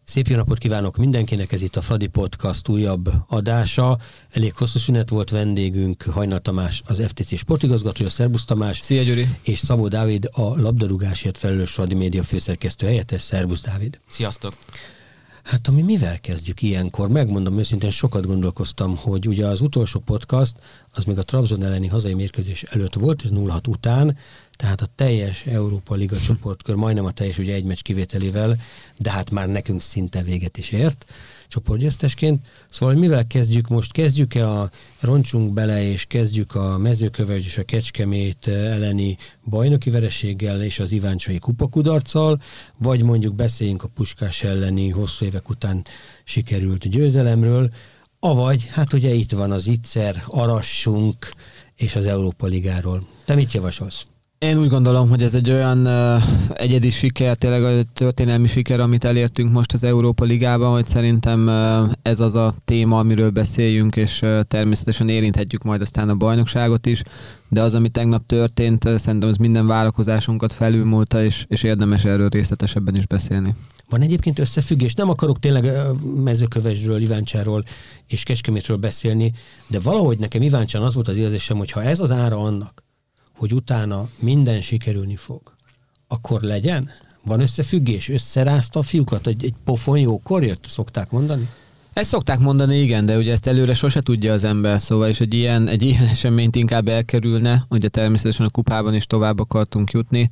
Szép jó napot kívánok mindenkinek, ez itt a Fradi Podcast újabb adása. Elég hosszú szünet volt, vendégünk Hajnal Tamás, az FTC sportigazgatója. Szerbusz Tamás. Szia Gyuri. És Szabó Dávid, a labdarúgásért felelős Fradi Média főszerkesztő helyettes. Szerbusz Dávid. Sziasztok. Hát ami mivel kezdjük ilyenkor? Megmondom őszintén, sokat gondolkoztam, hogy ugye az utolsó podcast, az még a Trabzon elleni hazai mérkőzés előtt volt, 0-6 után, tehát a teljes Európa Liga csoportkör, majdnem a teljes, ugye egy meccs kivételével, de hát már nekünk szinte véget is ért csoportgyőztesként. Szóval, hogy mivel kezdjük most? Kezdjük-e roncsunk bele, és kezdjük a Mezőkövesd és a Kecskemét elleni bajnoki vereséggel és az iváncsai kupakudarccal, vagy mondjuk beszéljünk a Puskás elleni hosszú évek után sikerült győzelemről, avagy, hát ugye itt van az Ittszer, arassunk, és az Európa Ligáról. Te mit javasolsz? Én úgy gondolom, hogy ez egy olyan egyedi siker, tényleg a történelmi siker, amit elértünk most az Európa Ligában, hogy szerintem ez az a téma, amiről beszéljünk, és természetesen érinthetjük majd aztán a bajnokságot is, de az, ami tegnap történt, szerintem ez minden várakozásunkat felülmúlta, és érdemes erről részletesebben is beszélni. Van egyébként összefüggés, nem akarok tényleg Mezőkövesdről, Iváncsáról és Kecskemétről beszélni, de valahogy nekem Iváncsán az volt az érzésem, hogy ha ez az ára annak, hogy utána minden sikerülni fog, akkor legyen? Van összefüggés? Összerázta a fiúkat, hogy egy pofon jókor jött, szokták mondani? Ezt szokták mondani, igen, de ugye ezt előre sose tudja az ember, szóval és egy ilyen eseményt inkább elkerülne, ugye természetesen a kupában is tovább akartunk jutni.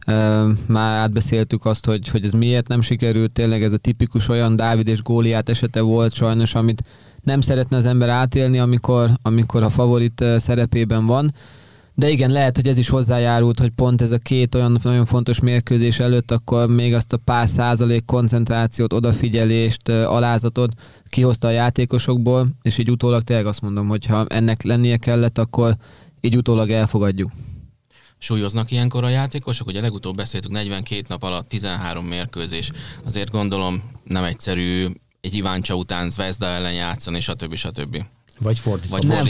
Már átbeszéltük azt, hogy ez miért nem sikerült, tényleg ez a tipikus olyan Dávid és Góliát esete volt sajnos, amit nem szeretne az ember átélni, amikor a favorit szerepében van. De igen, lehet, hogy ez is hozzájárult, hogy pont ez a két olyan nagyon fontos mérkőzés előtt, akkor még azt a pár százalék koncentrációt, odafigyelést, alázatot kihozta a játékosokból, és így utólag tényleg azt mondom, hogy ha ennek lennie kellett, akkor így utólag elfogadjuk. Súlyoznak ilyenkor a játékosok? Ugye legutóbb beszéltük 42 nap alatt 13 mérkőzés. Azért gondolom nem egyszerű egy Iváncsa után Zvezda ellen játszani, stb. Vagy fordítva. Nem,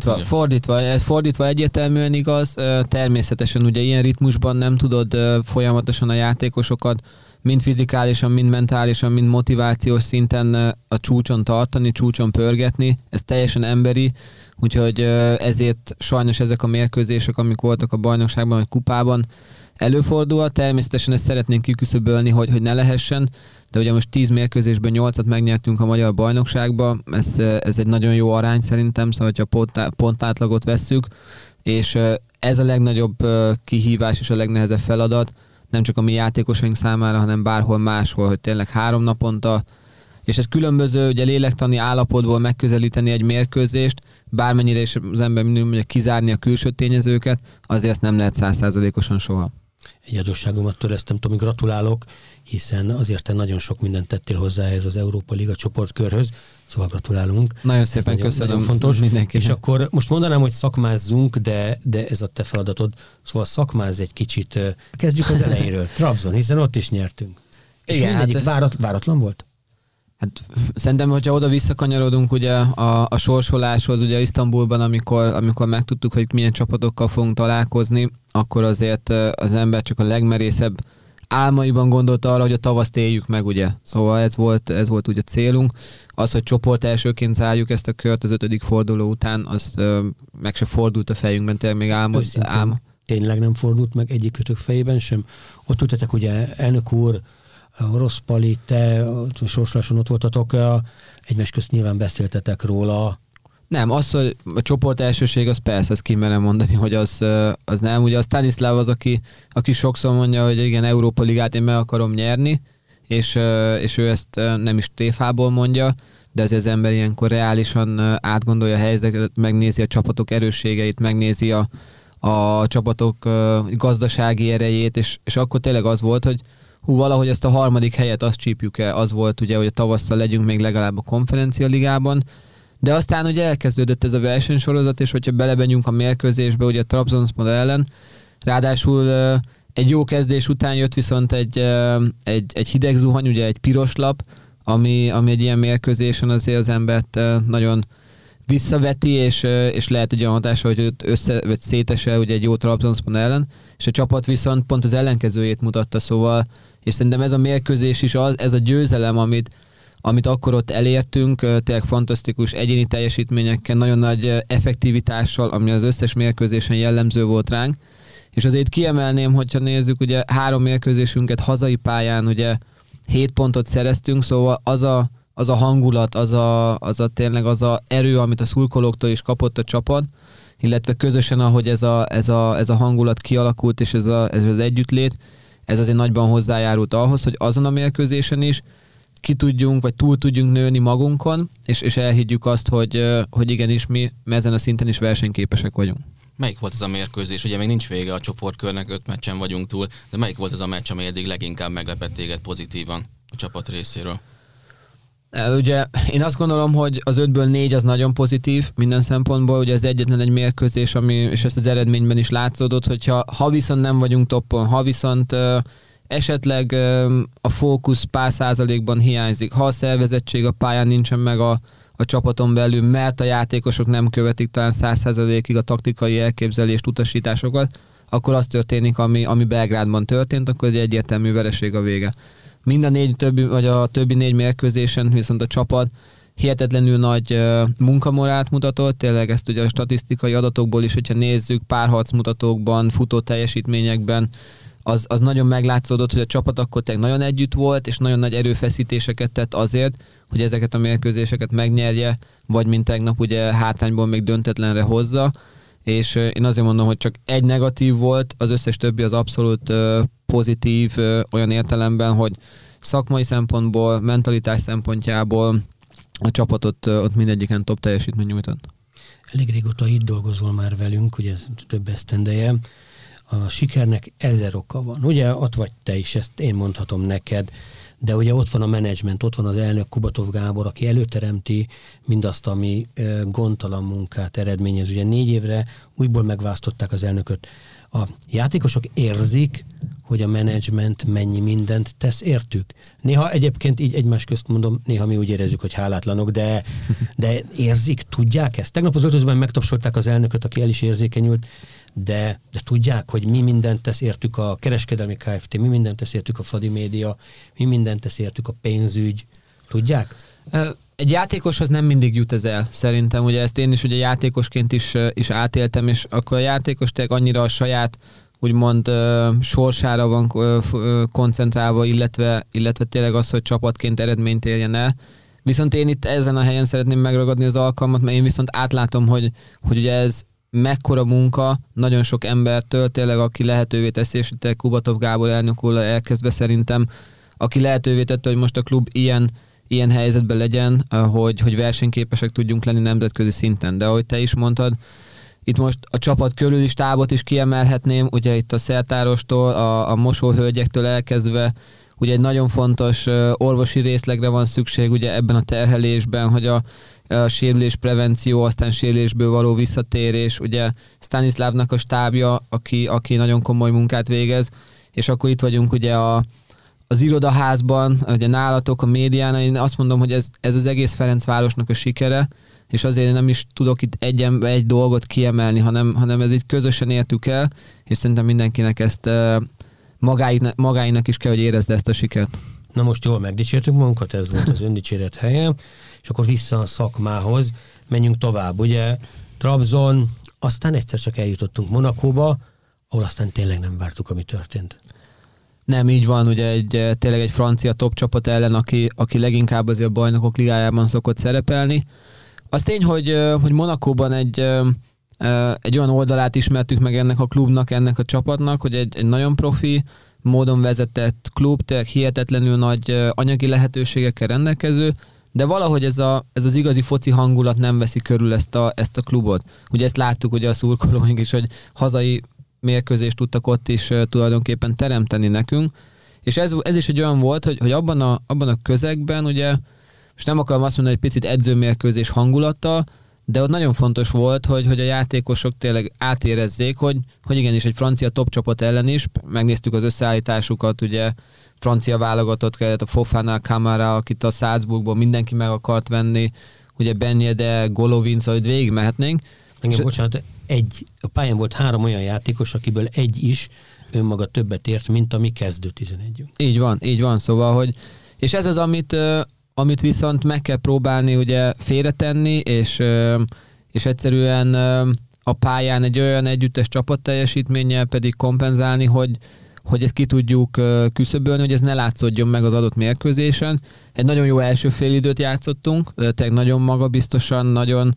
fordítva egyértelműen igaz. Természetesen ugye ilyen ritmusban nem tudod folyamatosan a játékosokat mind fizikálisan, mind mentálisan, mind motivációs szinten a csúcson tartani, csúcson pörgetni. Ez teljesen emberi, úgyhogy ezért sajnos ezek a mérkőzések, amik voltak a bajnokságban vagy kupában, előfordul. Természetesen ezt szeretnénk kiküszöbölni, hogy ne lehessen, de ugye most 10 mérkőzésben 8-at megnyertünk a magyar bajnokságba, ez egy nagyon jó arány szerintem, szóval ha a pontátlagot vesszük, és ez a legnagyobb kihívás és a legnehezebb feladat, nem csak a mi játékosaink számára, hanem bárhol máshol, hogy tényleg 3 naponta, és ez különböző, ugye lélektani állapotból megközelíteni egy mérkőzést, bármennyire is az ember mindig mondja kizárni a külső tényezőket, azért ezt nem lehet 100%-osan soha. Egy adósságomat töreztem, Tomi, gratulálok, hiszen azért te nagyon sok mindent tettél hozzá ez az Európa Liga csoportkörhöz, szóval gratulálunk. Nagyon szépen köszönöm, nagyon fontos mindenkinek. És akkor most mondanám, hogy szakmázzunk, de ez a te feladatod, szóval szakmázz egy kicsit. Kezdjük az elejéről, Trabzon, hiszen ott is nyertünk. És igen, mindegyik váratlan volt? Hát szerintem, hogyha oda visszakanyarodunk ugye a sorsoláshoz, ugye Isztambulban, amikor megtudtuk, hogy milyen csapatokkal fogunk találkozni, akkor azért az ember csak a legmerészebb álmaiban gondolta arra, hogy a tavaszt éljük meg, ugye. Szóval ez volt ugye célunk. Az, hogy csoport elsőként zárjuk ezt a kört az 5. forduló után, az meg se fordult a fejünkben, tényleg még álm. Tényleg nem fordult meg egyikőtök fejében sem. Ott ültetek ugye, elnök úr, Orosz Pali, te sorsoláson ott voltatok, egymás közt nyilván beszéltetek róla. Nem, az, hogy a csoport elsőség, az persze, azt kimerem mondani, hogy az nem. Ugye a Stanislav az, aki sokszor mondja, hogy igen, Európa Ligát én meg akarom nyerni, és ő ezt nem is tréfából mondja, de azért az ember ilyenkor reálisan átgondolja a helyzetet, megnézi a csapatok erősségeit, megnézi a csapatok gazdasági erejét, és akkor tényleg az volt, hogy valahogy ezt a 3. helyet azt csípjük el, az volt ugye, hogy a tavasszal legyünk még legalább a Konferencia Ligában, de aztán ugye elkezdődött ez a versenysorozat, és hogyha belebenjünk a mérkőzésbe, ugye a Trabzonspor ellen, ráadásul egy jó kezdés után jött viszont egy hideg zuhany, ugye egy piros lap, ami egy ilyen mérkőzésen azért az embert nagyon visszaveti, és lehet egy olyan hatása, hogy vagy szétesel ugye egy jó Trabzonspor ellen, és a csapat viszont pont az ellenkezőjét mutatta, szóval, és szerintem ez a mérkőzés is ez a győzelem, amit akkor ott elértünk, tényleg fantasztikus egyéni teljesítményekkel, nagyon nagy effektivitással, ami az összes mérkőzésen jellemző volt ránk, és azért kiemelném, hogyha nézzük, ugye 3 mérkőzésünket hazai pályán, ugye 7 pontot szereztünk, szóval az a hangulat, az a tényleg az a erő, amit a szurkolóktól is kapott a csapat, illetve közösen, ahogy ez a hangulat kialakult, és ez az együttlét, ez azért nagyban hozzájárult ahhoz, hogy azon a mérkőzésen is ki tudjunk, vagy túl tudjunk nőni magunkon, és elhiggyük azt, hogy igenis mi ezen a szinten is versenyképesek vagyunk. Melyik volt ez a mérkőzés? Ugye még nincs vége a csoportkörnek, 5 meccsen vagyunk túl, de melyik volt ez a meccs, amely eddig leginkább meglepett téged pozitívan a csapat részéről? Ugye én azt gondolom, hogy az 5-ből 4 az nagyon pozitív minden szempontból, ugye ez egyetlen egy mérkőzés, és ezt az eredményben is látszódott, hogyha ha viszont nem vagyunk toppon, ha viszont esetleg a fókusz pár százalékban hiányzik, ha a szervezettség a pályán nincsen meg a csapaton belül, mert a játékosok nem követik talán 100%-ig a taktikai elképzelést, utasításokat, akkor az történik, ami Belgrádban történt, akkor egy egyértelmű vereség a vége. Mind a többi 4 mérkőzésen viszont a csapat hihetetlenül nagy munkamorált mutatott, tényleg ezt ugye a statisztikai adatokból is, hogyha nézzük, párharcmutatókban, futó teljesítményekben, az nagyon meglátszódott, hogy a csapat akkor tényleg nagyon együtt volt, és nagyon nagy erőfeszítéseket tett azért, hogy ezeket a mérkőzéseket megnyerje, vagy mint tegnap ugye hátrányból még döntetlenre hozza, és én azért mondom, hogy csak egy negatív volt, az összes többi az abszolút pozitív olyan értelemben, hogy szakmai szempontból, mentalitás szempontjából a csapatot ott mindegyiken top teljesítmény nyújtott. Elég régóta itt dolgozol már velünk, ugye több esztendeje. A sikernek 1000 oka van. Ugye ott vagy te is, ezt én mondhatom neked, de ugye ott van a menedzsment, ott van az elnök Kubatov Gábor, aki előteremti mindazt, ami gondtalan munkát eredményez. Ugye 4 évre újból megválasztották az elnököt. A játékosok érzik, hogy a menedzsment mennyi mindent tesz értük. Néha egyébként így egymás közt mondom, néha mi úgy érezzük, hogy hálátlanok, de érzik, tudják ezt. Tegnap az öltözőben megtapsolták az elnököt, aki el is érzékenyült, de tudják, hogy mi mindent tesz értük a kereskedelmi Kft., mi mindent tesz értük a Fradi Média, mi mindent tesz értük a pénzügy. Tudják? Egy játékoshoz nem mindig jut ez el, szerintem. Ugye ezt én is ugye játékosként is átéltem, és akkor a játékos tényleg annyira a saját úgymond sorsára van koncentrálva, illetve tényleg az, hogy csapatként eredményt érjen el. Viszont én itt ezen a helyen szeretném megragadni az alkalmat, mert én viszont átlátom, hogy ugye ez mekkora munka nagyon sok embertől, tényleg aki lehetővé teszi, és tényleg Kubatov Gábor elnök úrral elkezdve szerintem, aki lehetővé tette, hogy most a klub ilyen helyzetben legyen, hogy versenyképesek tudjunk lenni nemzetközi szinten. De ahogy te is mondtad, itt most a csapat körül is tábot is kiemelhetném, ugye itt a szertárostól, a mosóhölgyektől elkezdve, ugye egy nagyon fontos orvosi részlegre van szükség ugye ebben a terhelésben, hogy a sérülés prevenció, aztán sérülésből való visszatérés, ugye Stanislavnak a stábja, aki nagyon komoly munkát végez, és akkor itt vagyunk ugye az irodaházban, ugye nálatok, a médián, én azt mondom, hogy ez az egész Ferencvárosnak a sikere, és azért nem is tudok itt egy dolgot kiemelni, hanem ez itt közösen értük el, és szerintem mindenkinek ezt magáinak is kell, hogy érezze ezt a sikert. Na most jól megdicsértük magunkat, ez volt az öndicséret helye, és akkor vissza a szakmához, menjünk tovább. Ugye Trabzon, aztán egyszer csak eljutottunk Monakóba, ahol aztán tényleg nem vártuk, ami történt. Nem, így van, ugye tényleg egy francia top csapat ellen, aki leginkább azért a Bajnokok Ligájában szokott szerepelni. Az tény, hogy Monakóban egy olyan oldalát ismertük meg ennek a klubnak, ennek a csapatnak, hogy egy nagyon profi módon vezetett klub, tényleg hihetetlenül nagy anyagi lehetőségekkel rendelkező, de valahogy ez az igazi foci hangulat nem veszi körül ezt a klubot. Ugye ezt láttuk ugye a szurkolóink is, hogy hazai mérkőzést tudtak ott is tulajdonképpen teremteni nekünk, és ez is egy olyan volt, hogy abban a közegben ugye, és nem akarom azt mondani, hogy picit edzőmérkőzés hangulattal, de ott nagyon fontos volt, hogy a játékosok tényleg átérezzék, hogy igenis egy francia top csapat ellen is, megnéztük az összeállításukat, ugye francia válogatott kellett, a Fofana, Camara, akit a Salzburgból mindenki meg akart venni, ugye Benjede, Golovinc, ahogy végigmehetnénk. Engem, bocsánat, a pályán volt 3 olyan játékos, akiből egy is önmaga többet ért, mint a mi kezdő 11-ünk. Így van, szóval, hogy és ez az, amit viszont meg kell próbálni ugye félretenni, és egyszerűen a pályán egy olyan együttes csapatteljesítménnyel pedig kompenzálni, hogy ezt ki tudjuk küszöbölni, hogy ez ne látszódjon meg az adott mérkőzésen. Egy nagyon jó első félidőt játszottunk, tényleg nagyon magabiztosan, nagyon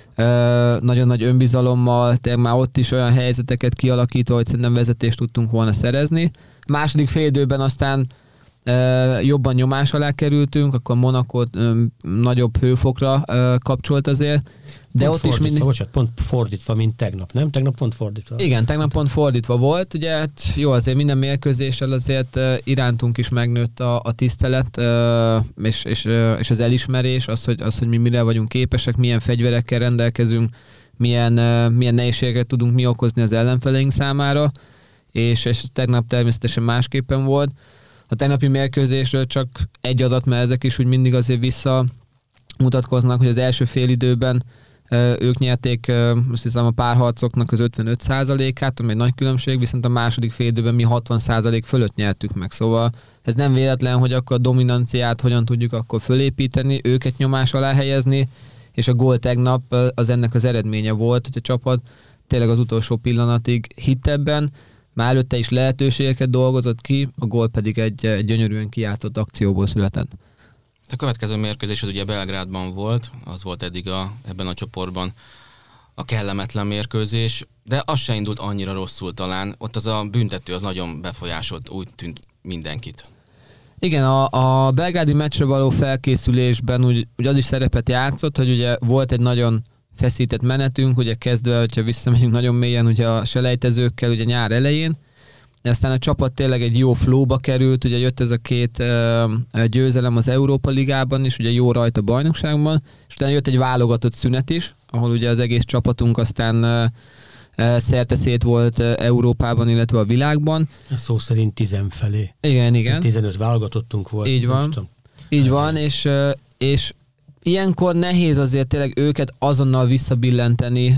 nagy önbizalommal, tényleg már ott is olyan helyzeteket kialakítva, hogy szerintem vezetést tudtunk volna szerezni. Második félidőben aztán jobban nyomás alá kerültünk, akkor Monaco nagyobb hőfokra kapcsolt azért. De pont ott is mindig... Bocsánat, pont fordítva, mint tegnap, nem? Tegnap pont fordítva. Igen, tegnap pont fordítva volt. Ugye hát jó, azért minden mérkőzéssel azért irántunk is megnőtt a tisztelet, és az elismerés, az, hogy mi mire vagyunk képesek, milyen fegyverekkel rendelkezünk, milyen nehézségeket tudunk mi okozni az ellenfeleink számára, és tegnap természetesen másképpen volt. A tegnapi mérkőzésről csak egy adat, mert ezek is úgy mindig azért visszamutatkoznak, hogy az első félidőben ők nyerték, azt hiszem, a párharcoknak az 55%-át, ami egy nagy különbség, viszont a második félidőben mi 60% fölött nyertük meg. Szóval ez nem véletlen, hogy akkor a dominanciát hogyan tudjuk akkor fölépíteni, őket nyomás alá helyezni, és a gól tegnap az ennek az eredménye volt, hogy a csapat tényleg az utolsó pillanatig hitt ebben, már előtte is lehetőségeket dolgozott ki, a gól pedig egy gyönyörűen kijátszott akcióból született. A következő mérkőzés az ugye Belgrádban volt, az volt eddig ebben a csoportban a kellemetlen mérkőzés, de az se indult annyira rosszul talán, ott az a büntető az nagyon befolyásolt, úgy tűnt mindenkit. Igen, a belgrádi meccsre való felkészülésben úgy az is szerepet játszott, hogy ugye volt egy nagyon feszített menetünk, ugye kezdve, hogyha visszamegyünk nagyon mélyen ugye a selejtezőkkel ugye nyár elején, aztán a csapat tényleg egy jó flowba került, ugye jött ez a 2 győzelem az Európa Ligában is, ugye jó rajta a bajnokságban, és utána jött egy válogatott szünet is, ahol ugye az egész csapatunk aztán szerteszét volt Európában, illetve a világban. Szó szerint 10 felé. Igen. 15 válogatottunk volt. Így van, és ilyenkor nehéz azért tényleg őket azonnal visszabillenteni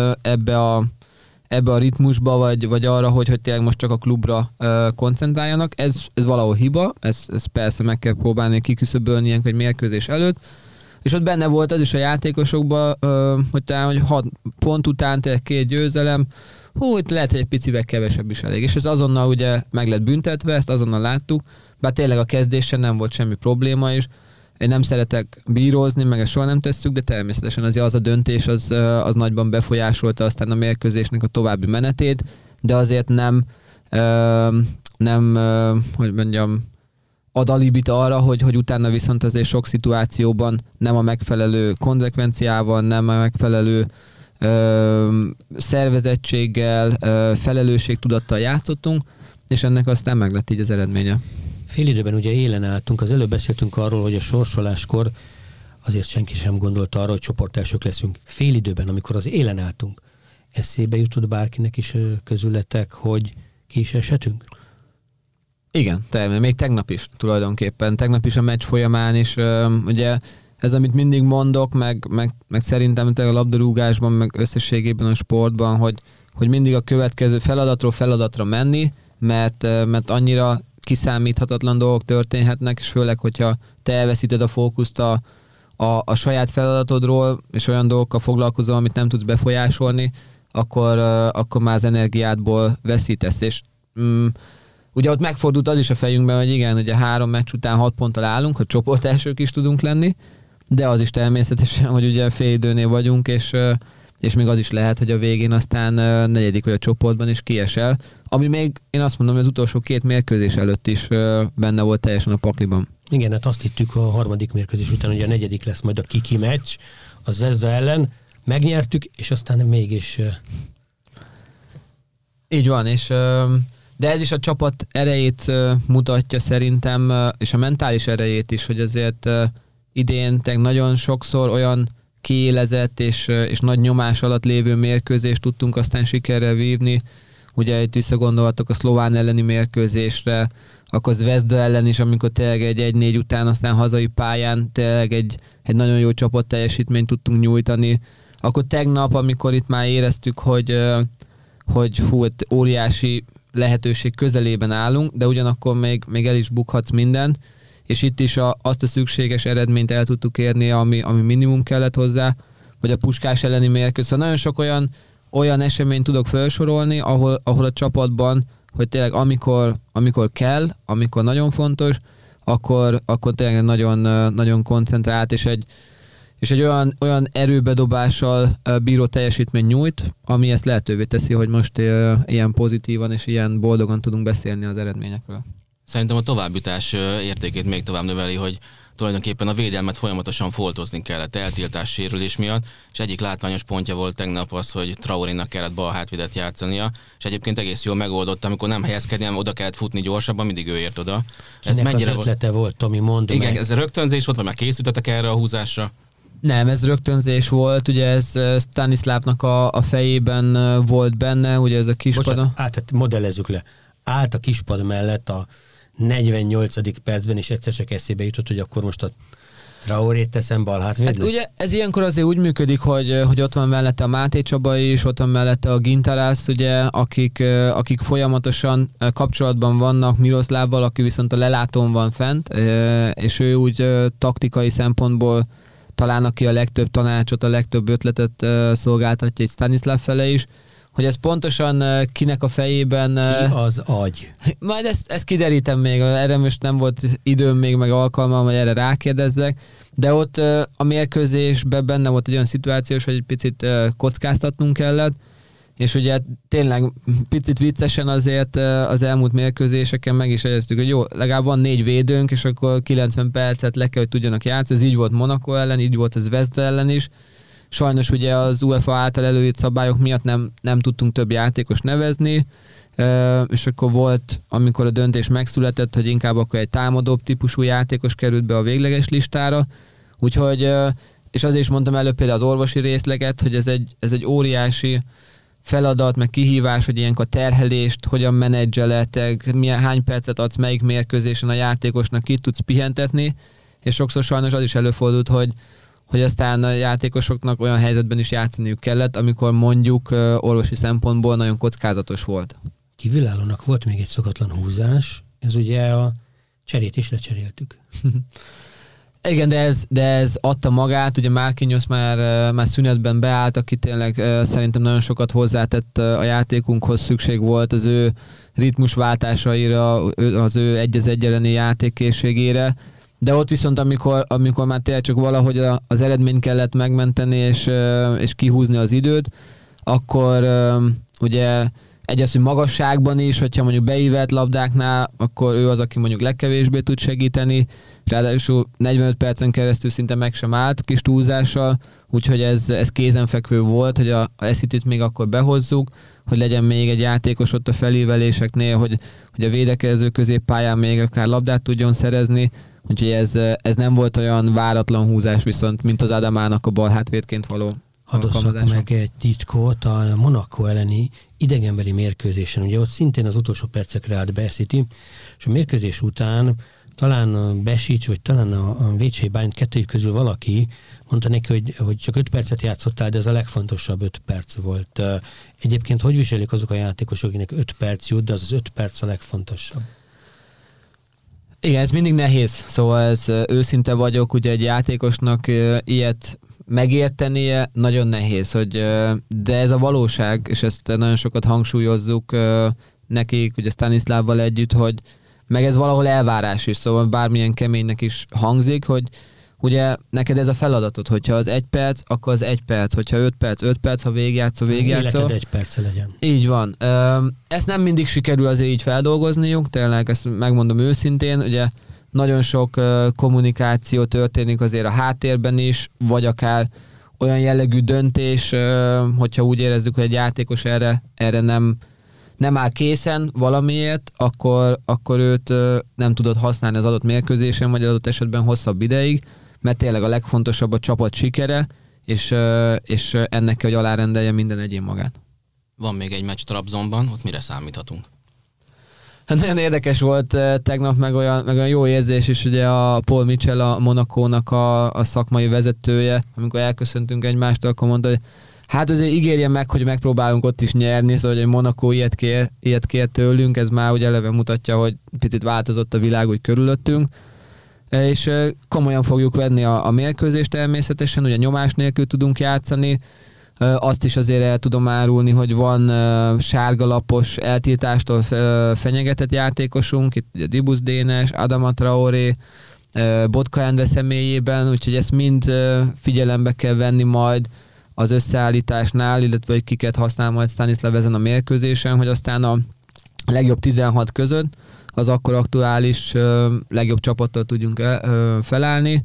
ebbe a ritmusba, vagy arra, hogy tényleg most csak a klubra koncentráljanak. Ez valahol hiba, ez persze meg kell próbálni kiküszöbölni ilyenkor egy mérkőzés előtt. És ott benne volt az is a játékosokban, hogy talán, hogy 6 pont után tényleg 2 győzelem, itt lehet, hogy egy picivel kevesebb is elég. És ez azonnal ugye meg lett büntetve, ezt azonnal láttuk, bár tényleg a kezdésen nem volt semmi probléma is. Én nem szeretek bírózni, meg ezt soha nem tesszük, de természetesen azért az a döntés az nagyban befolyásolta aztán a mérkőzésnek a további menetét, de azért nem hogy mondjam, ad alibit arra, hogy utána viszont azért sok szituációban nem a megfelelő konzekvenciával, nem a megfelelő szervezettséggel, felelősségtudattal játszottunk, és ennek aztán meg lett így az eredménye. Félidőben ugye élen álltunk, az előbb beszéltünk arról, hogy a sorsoláskor azért senki sem gondolta arra, hogy csoportelsők leszünk. Félidőben, amikor az élen álltunk, eszébe jutott bárkinek is közületek, hogy ki is eshetünk? Igen, még tegnap is tulajdonképpen. Tegnap is a meccs folyamán is, ugye ez, amit mindig mondok, meg szerintem a labdarúgásban, meg összességében a sportban, hogy mindig a következő feladatról feladatra menni, mert annyira kiszámíthatatlan dolgok történhetnek, és főleg, hogyha te elveszíted a fókuszt a saját feladatodról, és olyan dolgokkal foglalkozol, amit nem tudsz befolyásolni, akkor már az energiádból veszítesz. És ugye ott megfordult az is a fejünkben, hogy igen, ugye 3 meccs után 6 ponttal állunk, hogy csoportelsők is tudunk lenni, de az is természetesen, hogy ugye félidőnél vagyunk, és még az is lehet, hogy a végén aztán 4. vagy a csoportban is kiesel, ami még én azt mondom, hogy az utolsó 2 mérkőzés előtt is benne volt teljesen a pakliban. Igen, hát azt hittük a 3. mérkőzés után, hogy a 4. lesz majd a Kiki meccs, az Zvezda ellen, megnyertük, és aztán mégis... Így van, de ez is a csapat erejét mutatja szerintem, és a mentális erejét is, hogy azért idén nagyon sokszor olyan kiélezett és nagy nyomás alatt lévő mérkőzést tudtunk aztán sikerrel vívni. Ugye itt visszagondolhatok a szlován elleni mérkőzésre, akkor Zvezda ellen is, amikor tényleg egy 1-4 után aztán hazai pályán tényleg egy nagyon jó csapat teljesítményt tudtunk nyújtani. Akkor tegnap, amikor itt már éreztük, hogy óriási lehetőség közelében állunk, de ugyanakkor még el is bukhatsz mindent, és itt is azt a szükséges eredményt el tudtuk érni, ami minimum kellett hozzá, vagy a Puskás elleni mérkőzés. Szóval nagyon sok olyan eseményt tudok felsorolni, ahol a csapatban, hogy tényleg amikor kell, amikor nagyon fontos, akkor tényleg nagyon, nagyon koncentrált, és egy olyan erőbedobással bíró teljesítmény nyújt, ami ezt lehetővé teszi, hogy most ilyen pozitívan és ilyen boldogan tudunk beszélni az eredményekről. Szerintem a továbbjutás értékét még tovább növeli, hogy tulajdonképpen a védelmet folyamatosan foltozni kellett eltiltás sérülés miatt, és egyik látványos pontja volt tegnap az, hogy Traorénak kellett bal hátvédet játszania, és egyébként egész jól megoldott, amikor nem helyezkedni, hanem oda kellett futni gyorsabban, mindig ő ért oda. Ez mennyire az ötlete volt, Tomi, mondd meg. Igen, ez rögtönzés volt, vagy már készültetek erre a húzásra? Nem, ez rögtönzés volt, ugye ez Stanislavnak a fejében volt benne, ugye ez a kispada. Tehát modellezzük le. Állt a kispad mellett a 48. percben, és egyszer csak eszébe jutott, hogy akkor most a Traorét teszem bal hátvédnek. Hát ugye ez ilyenkor azért úgy működik, hogy ott van mellette a Máté Csaba is, ott van mellette a Gintarász, ugye, akik folyamatosan kapcsolatban vannak Miroszlávval, aki viszont a lelátón van fent, és ő úgy taktikai szempontból talán aki a legtöbb tanácsot, a legtöbb ötletet szolgáltatja egy Stanislav fele is, hogy ez pontosan kinek a fejében... Ki az agy? Majd ezt kiderítem még, erre most nem volt időm még, meg alkalmam, hogy erre rákérdezzek, de ott a mérkőzésben benne volt egy olyan szituációs, hogy egy picit kockáztatnunk kellett, és ugye tényleg picit viccesen azért az elmúlt mérkőzéseken meg is egyeztük, hogy jó, legalább van 4 védőnk, és akkor 90 percet le kell, hogy tudjanak játszani. Ez így volt Monaco ellen, így volt a Zvezda ellen is. Sajnos ugye az UEFA által előírt szabályok miatt nem tudtunk több játékos nevezni, és akkor volt, amikor a döntés megszületett, hogy inkább akkor egy támadóbb típusú játékos került be a végleges listára. Úgyhogy, és azért is mondtam előbb például az orvosi részleget, hogy ez egy óriási feladat, meg kihívás, hogy ilyenkor terhelést hogyan menedzseled, hány percet adsz melyik mérkőzésen a játékosnak, ki tudsz pihentetni, és sokszor sajnos az is előfordult, hogy aztán a játékosoknak olyan helyzetben is játszaniuk kellett, amikor mondjuk orvosi szempontból nagyon kockázatos volt. Kívülállónak volt még egy szokatlan húzás, ez ugye a cserét is lecseréltük. Igen, de ez adta magát, ugye Marquinhos már szünetben beállt, aki tényleg szerintem nagyon sokat hozzátett a játékunkhoz, szükség volt az ő ritmusváltásaira, az ő 1-1 elleni játékkészségére, de ott viszont amikor már tényleg csak valahogy az eredményt kellett megmenteni és kihúzni az időt, akkor ugye egyes, hogy magasságban is, hogyha mondjuk beívelt labdáknál, akkor ő az, aki mondjuk legkevésbé tud segíteni, ráadásul 45 percen keresztül szinte meg sem állt kis túlzással, úgyhogy ez kézenfekvő volt, hogy a Essitit még akkor behozzuk, hogy legyen még egy játékos ott a felíveléseknél, hogy a védekező középpályán még akár labdát tudjon szerezni, úgyhogy ez nem volt olyan váratlan húzás viszont, mint az Adamának a bal hátvédként való. Hadosszak meg egy titkot a Monaco elleni idegenbeli mérkőzésen. Ugye ott szintén az utolsó percekre állt be Essity, és a mérkőzés után talán a Besics, vagy talán a Vécsei Bálint kettőjük közül valaki mondta neki, hogy csak 5 percet játszottál, de ez a legfontosabb 5 perc volt. Egyébként hogy viselik azok a játékosok, akinek 5 perc jut, de az 5 perc a legfontosabb? Igen, ez mindig nehéz, szóval ez őszinte vagyok, ugye egy játékosnak ilyet megértenie nagyon nehéz, de ez a valóság, és ezt nagyon sokat hangsúlyozzuk nekik, ugye Stanislavval együtt, hogy meg ez valahol elvárás is, szóval bármilyen keménynek is hangzik, hogy ugye neked ez a feladatod, hogyha az 1 perc, akkor az 1 perc, hogyha 5 perc, ha végigjátszol. Életed 1 perce legyen. Így van. Ezt nem mindig sikerül azért így feldolgozniuk, tényleg ezt megmondom őszintén, ugye nagyon sok kommunikáció történik azért a háttérben is, vagy akár olyan jellegű döntés, hogyha úgy érezzük, hogy egy játékos erre nem áll készen valamiért, akkor őt nem tudod használni az adott mérkőzésen, vagy adott esetben hosszabb ideig, mert tényleg a legfontosabb a csapat sikere, és ennek kell, hogy alárendelje minden egyén magát. Van még egy meccs Trabzonban, ott mire számíthatunk? Hát nagyon érdekes volt tegnap, meg olyan jó érzés is, ugye a Paul Mitchell, a Monacónak a szakmai vezetője, amikor elköszöntünk egymástól, akkor mondta, hogy hát azért ígérje meg, hogy megpróbálunk ott is nyerni, szóval, hogy Monaco ilyet kér tőlünk, ez már ugye eleve mutatja, hogy picit változott a világ úgy körülöttünk, és komolyan fogjuk venni a mérkőzést természetesen, ugye nyomás nélkül tudunk játszani, azt is azért el tudom árulni, hogy van sárgalapos eltiltástól fenyegetett játékosunk, itt ugye Dibus Dénes, Adama Traoré, Botka Endre személyében, úgyhogy ezt mind figyelembe kell venni majd az összeállításnál, illetve hogy kiket használ majd Stanislav ezen a mérkőzésen, hogy aztán a legjobb 16 között az akkor aktuális legjobb csapattal tudjunk felállni.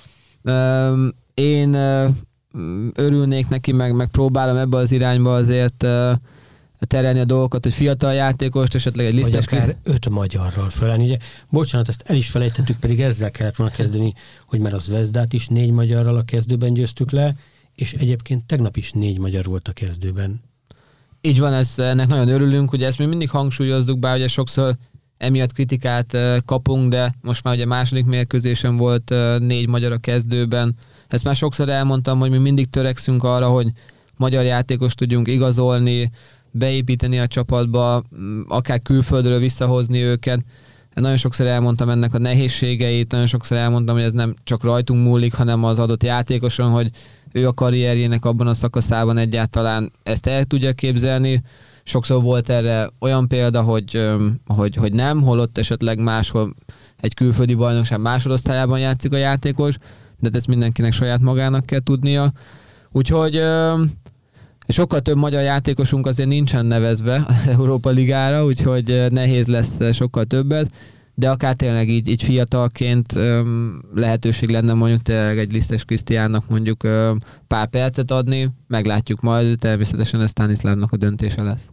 Én örülnék neki, meg próbálom ebbe az irányba azért terelni a dolgokat, hogy fiatal játékost, esetleg egy lisztes... Vagy akár 5 magyarral felállni. Ugye, bocsánat, ezt el is felejtettük, pedig ezzel kellett volna kezdeni, hogy már az Zvezdát is 4 magyarral a kezdőben győztük le, és egyébként tegnap is 4 magyar volt a kezdőben. Így van, ennek nagyon örülünk, ugye ezt mi mindig hangsúlyozzuk, bár ugye sokszor emiatt kritikát kapunk, de most már ugye második mérkőzésen volt 4 magyar a kezdőben. Ezt már sokszor elmondtam, hogy mi mindig törekszünk arra, hogy magyar játékost tudjunk igazolni, beépíteni a csapatba, akár külföldről visszahozni őket. Nagyon sokszor elmondtam ennek a nehézségeit, nagyon sokszor elmondtam, hogy ez nem csak rajtunk múlik, hanem az adott játékoson, hogy ő a karrierjének abban a szakaszában egyáltalán ezt el tudja képzelni. Sokszor volt erre olyan példa, hogy nem, holott esetleg máshol egy külföldi bajnokság másodosztályában játszik a játékos, de ezt mindenkinek saját magának kell tudnia. Úgyhogy sokkal több magyar játékosunk azért nincsen nevezve az Európa Ligára, úgyhogy nehéz lesz sokkal többet, de akár tényleg így fiatalként lehetőség lenne mondjuk tényleg egy Lisztes Krisztiánnak mondjuk pár percet adni, meglátjuk majd, természetesen ez Stanislavnak a döntése lesz.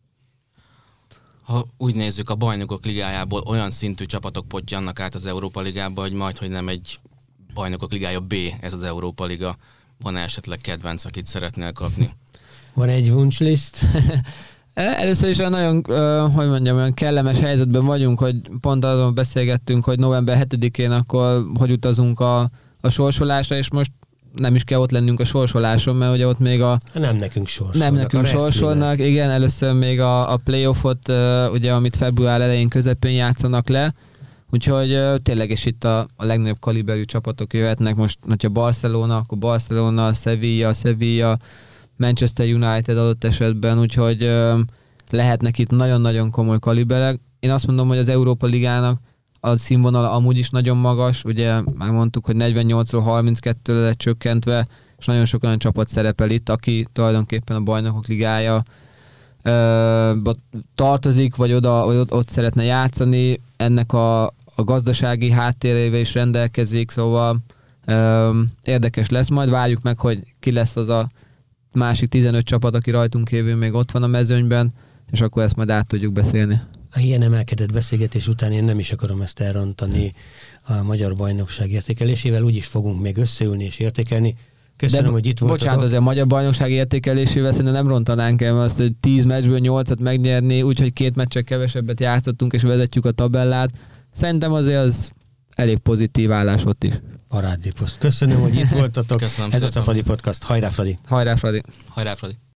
Ha úgy nézzük, a Bajnokok Ligájából olyan szintű csapatok pottyannak át az Európa Ligába, hogy majdhogy nem egy Bajnokok Ligája B, ez az Európa Liga. Van-e esetleg kedvenc, akit szeretnél kapni? Van egy wunschlist? Először is nagyon, olyan kellemes helyzetben vagyunk, hogy pont azon beszélgettünk, hogy november 7-én akkor hogy utazunk a sorsolásra, és most nem is kell ott lennünk a sorsoláson, mert ugye ott még Nem nekünk sorsolnak. Nem nekünk sorsolnak, igen, először még a playoffot, ugye, amit február elején közepén játszanak le, úgyhogy tényleg is itt a legnagyobb kaliberű csapatok jöhetnek. Most, hogyha Barcelona, akkor Barcelona, Sevilla, Manchester United adott esetben, úgyhogy lehetnek itt nagyon-nagyon komoly kaliberek. Én azt mondom, hogy az Európa Ligának a színvonala amúgy is nagyon magas, ugye már mondtuk, hogy 48-ról 32-re lett csökkentve, és nagyon sok olyan csapat szerepel itt, aki tulajdonképpen a Bajnokok Ligája tartozik, vagy ott szeretne játszani, ennek a gazdasági háttérével is rendelkezik, szóval érdekes lesz, majd várjuk meg, hogy ki lesz az a másik 15 csapat, aki rajtunk kívül még ott van a mezőnyben, és akkor ezt majd át tudjuk beszélni. A ilyen emelkedett beszélgetés után én nem is akarom ezt elrontani a Magyar Bajnokság értékelésével, úgyis fogunk még összeülni és értékelni. Köszönöm, hogy itt voltatok. Bocsánat, azért a Magyar Bajnokság értékelésével szerintem nem rontanánk el azt, hogy 10 meccsből 8-at megnyerni, úgyhogy 2 meccsel kevesebbet játszottunk és vezetjük a tabellát. Szerintem azért az elég pozitív állás ott is. Parádéposzt. Köszönöm, hogy itt voltatok. Köszönöm Ez szépen. a Fradi Podcast. Hajrá, Fradi! Hajrá, Fradi! Hajrá, Fradi!